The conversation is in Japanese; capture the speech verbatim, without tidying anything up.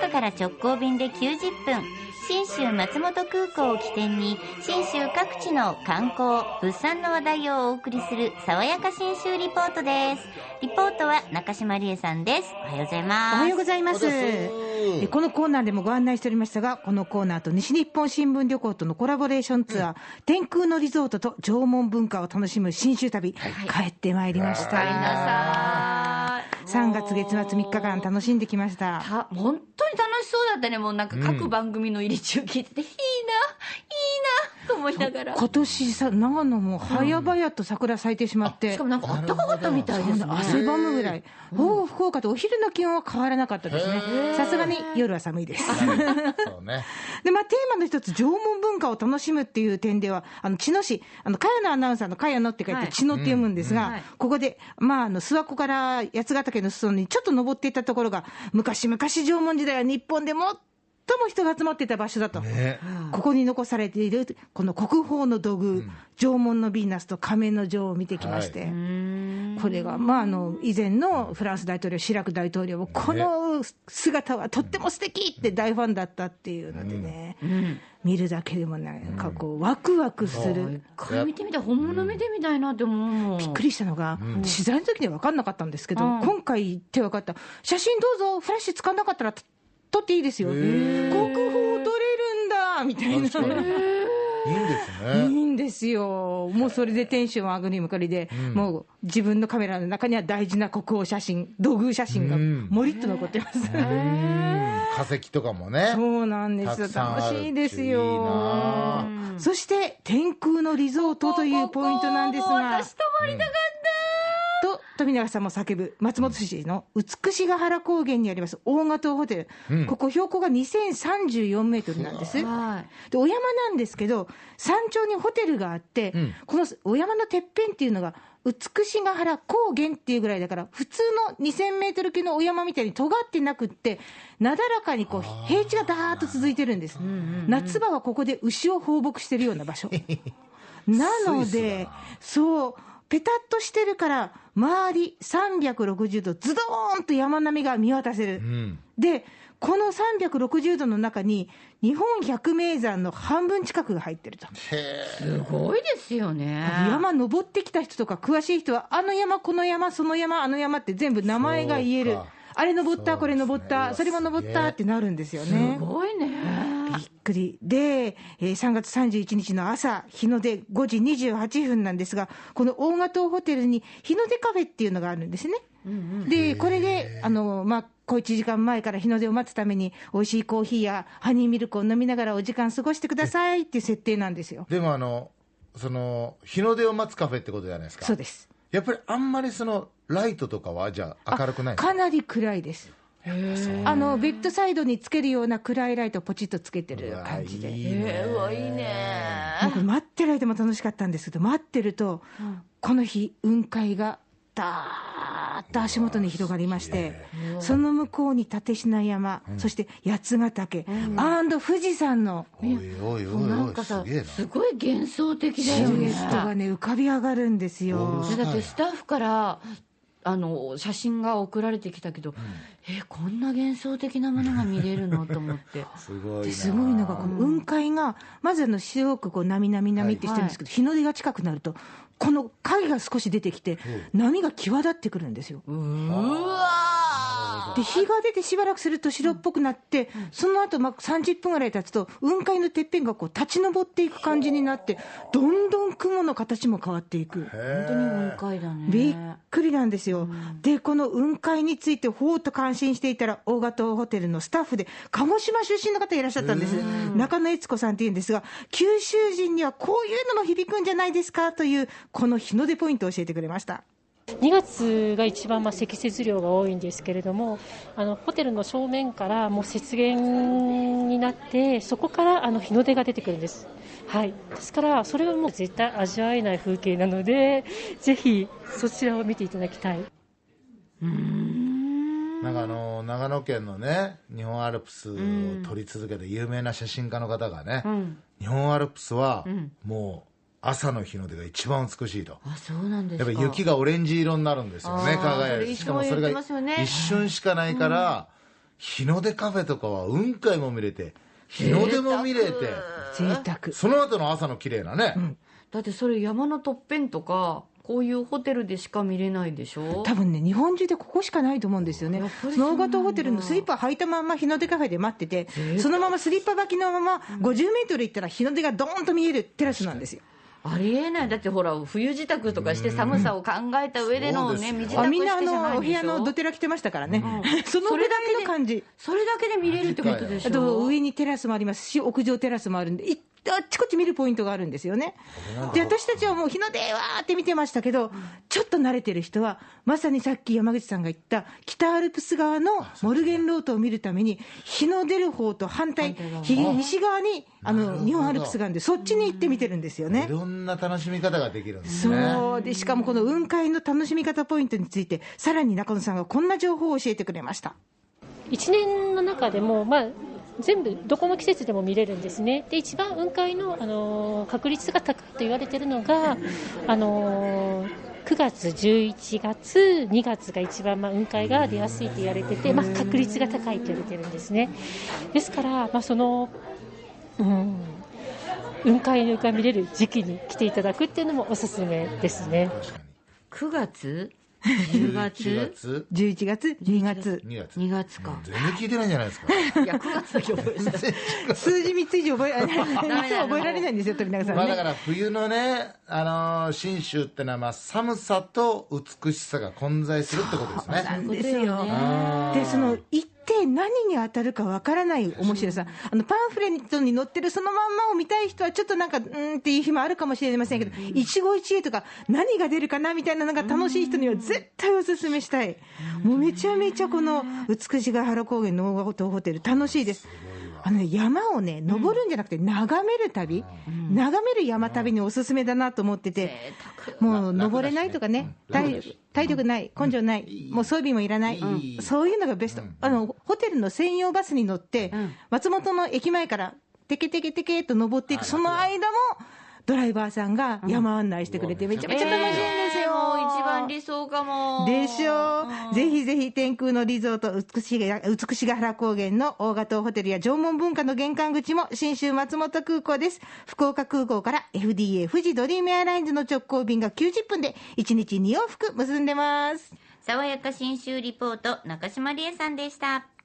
岡から直行便できゅうじゅっぷん、信州松本空港を起点に信州各地の観光物産の話題をお送りする爽やか信州リポートです。リポートは中島理恵さんです。おはようございます。 おはようございます。えこのコーナーでもご案内しておりましたが、このコーナーと西日本新聞旅行とのコラボレーションツアー、うん、天空のリゾートと縄文文化を楽しむ信州旅、はい、帰ってまいりました。さんがつ月末みっかかん楽しんできました。 本当に楽しそうだったね。もうなんか各番組の入り中聞いてて、うん、いいな、いいなと思いながら。 今年さ、長野も早々と桜咲いてしまって、うん、 しかもなんか暖かかったみたいですね。 汗ばむぐらい。お福岡とお昼の気温は変わらなかったですね。さすがに夜は寒いです。そうね。で、まあ、テーマの一つ、縄文文化を楽しむっていう点では、あの、茅野市、あの、茅野アナウンサーの茅野って書いて、茅野って読むんですが、はいうんはい、ここで、まあ、あの、諏訪湖から八ヶ岳の裾にちょっと登っていったところが、昔々縄文時代は日本でも、最も人が集まっていた場所だと、ね、ここに残されているこの国宝の土偶、うん、縄文のヴィーナスと仮面の女王を見てきまして、はい、これが、まあ、あの以前のフランス大統領シラク大統領もこの姿はとっても素敵って大ファンだったっていうのでね、うんうん、見るだけでもなんかこうワクワクする、 一回見てみたい、本物見てみたいなって思う。 びっくりしたのが、うん、取材の時には分かんなかったんですけど、うん、今回言って分かった。写真どうぞ、フラッシュ使わなかったら撮っていいですよ。国宝撮れるんだみたいな。いいんですね。いいんですよ。もうそれでテンション上がりむかりで、うん、もう自分のカメラの中には大事な国宝写真、土偶写真がもりっと残ってます。 化石とかもね。 そうなんですよ。楽しいですよ。いいな。そして天空のリゾートというポイントなんですが、 私泊まりたかった。 と富永さんも叫ぶ松本市の美しが原高原にあります大賀島ホテル、うん、ここ標高がにせんさんじゅうよんメートルなんです。でお山なんですけど山頂にホテルがあって、うん、このお山のてっぺんっていうのが美しが原高原っていうぐらいだから普通のにせんメートル級のお山みたいに尖ってなくってなだらかにこう平地がだーっと続いてるんです、うんうんうん、夏場はここで牛を放牧してるような場所なのでそうペタッとしてるから周りさんびゃくろくじゅうどズドーンと山並みが見渡せる、うん、でこのさんびゃくろくじゅうどの中に日本百名山の半分近くが入ってると。 すごいですよね。 山登ってきた人とか詳しい人はあの山この山その山あの山って全部名前が言える。あれ登った、これ登った、それも登ったってなるんですよね。 すごいね。 びっくり。で、えー、さんがつさんじゅういちにちの朝、日の出ごじにじゅうはっぷんなんですが、この大賀島ホテルに日の出カフェっていうのがあるんですね。うんうん、で、これで、あの、まあ、小いちじかんまえから日の出を待つために、美味しいコーヒーやハニーミルクを飲みながらお時間過ごしてくださいっていう設定なんですよ。 でも、あの、その、日の出を待つカフェってことじゃないですか。 そうです。 やっぱりあんまりその、ライトとかはじゃあ明るくないですか？ かなり暗いです。あのベッドサイドにつけるような暗いライトをポチッとつけてる感じで、 いいね、うわいいね。 もう待ってる間も楽しかったんですけど、待ってると、うん、この日雲海がだーっと足元に広がりまして、その向こうに立科山、うん、そして八ヶ岳、うん、アンド富士山の、 おいおいおいおい、 なんかさ、す, すごい幻想的だよね。 シルエットがね浮かび上がるんですよ。 だってスタッフからあの写真が送られてきたけど、うん、えこんな幻想的なものが見れるのと思ってすごいな。 ですごいのがこの雲海がまずあの白くこうなみなみなみってしてるんですけど、はい、日の出が近くなるとこの影が少し出てきて、うん、波が際立ってくるんですよ。うわで日が出てしばらくすると白っぽくなって、うん、その後まあさんじゅっぷんぐらい経つと雲海のてっぺんがこう立ち上っていく感じになってどんどん雲の形も変わっていく。 本当に雲海だね。 びっくりなんですよ、うん、でこの雲海についてほーっと感心していたら大賀島ホテルのスタッフで鹿児島出身の方いらっしゃったんです。中野悦子さんっていうんですが、九州人にはこういうのも響くんじゃないですかというこの日の出ポイントを教えてくれました。 にがつが一番まあ積雪量が多いんですけれども、あのホテルの正面からもう雪原になってそこからあの日の出が出てくるんです、はい、ですからそれはもう絶対味わえない風景なのでぜひそちらを見ていただきたい。うーんなんかあの長野県のね日本アルプスを撮り続けて有名な写真家の方がね、うん、日本アルプスはもう朝の日の出が一番美しいと。 あ、そうなんですか。 やっぱり雪がオレンジ色になるんですよね、輝いて。しかもそれが一瞬しかないから、 日の出カフェとかは雲海も見れて日の出も見れて贅沢、 その後の朝の綺麗なね、うん、 だってそれ山のてっぺんとかこういうホテルでしか見れないでしょ。 多分ね日本中でここしかないと思うんですよね。その大型ホテルのスリッパ履いたまま日の出カフェで待ってて、そのままスリッパ履きのままごじゅうメートル行ったら日の出がドーンと見えるテラスなんですよ。 ありえない。だってほら冬支度とかして寒さを考えた上でのね、身支度してじゃないでしょ。 みんなあのお部屋のドテラ着てましたからね、うん、そのぐらいの感じ。 それだけで見れるってことでしょ。 あと上にテラスもありますし屋上テラスもあるんであっちこっち見るポイントがあるんですよね。で私たちはもう日の出わーって見てましたけど、うん、ちょっと慣れてる人はまさにさっき山口さんが言った北アルプス側のモルゲンロートを見るために日の出る方と反対西側にあの日本アルプスがあるんでそっちに行って見てるんですよね。 いろんな楽しみ方ができるんですね。 そうでしかもこの雲海の楽しみ方ポイントについてさらに中野さんがこんな情報を教えてくれました。 いちねんの中でも、まあ、全部どこの季節でも見れるんですね。で一番雲海の、あのー、確率が高いと言われているのが、あのー、くがつじゅういちがつにがつが一番、まあ、雲海が出やすいと言われてて、まあ、確率が高いと言われているんですね。ですから、まあ、その、うん、雲海が見れる時期に来ていただくっていうのもおすすめですね。 くがつじゅうがつじゅういちがつにがつにがつか、 全然聞いてないんじゃないですか。 いやくがつだけ覚えてた数字みっつ以上覚え覚えられないんですよ富永さんね。 まあ、だから冬のね、あのー、信州ってのはまあ寒さと美しさが混在するってことですね。 そうなんですよ。でその行って何に当たるかわからない面白さ、あのパンフレットに載ってるそのまんまを見たい人はちょっとなんかうーんっていう日もあるかもしれませんけど、うん、一期一会とか何が出るかなみたいなのが楽しい人には絶対おすすめしたい。もうめちゃめちゃこの美しが原高原の大型ホテル楽しいです。あの、ね、山をね登るんじゃなくて眺める旅、うん、眺める山旅におすすめだなと思ってて、うん、もう登れないとかね、体体力ない、根性ない、うん、もう装備もいらない、うん、そういうのがベスト、うん、あのホテルの専用バスに乗って、うん、松本の駅前からテケテケテケと登っていくその間もドライバーさんが山案内してくれてめちゃめちゃ楽しいんですよ、えー、一番理想かもでしょう。ぜひぜひ天空のリゾート美しが美しが原高原の大型ホテルや縄文文化の玄関口も信州松本空港です。福岡空港から エフディーエー 富士ドリームエアラインズの直行便がきゅうじゅっぷんでいちにちに往復結んでます。 爽やか信州リポート中島理恵さんでした。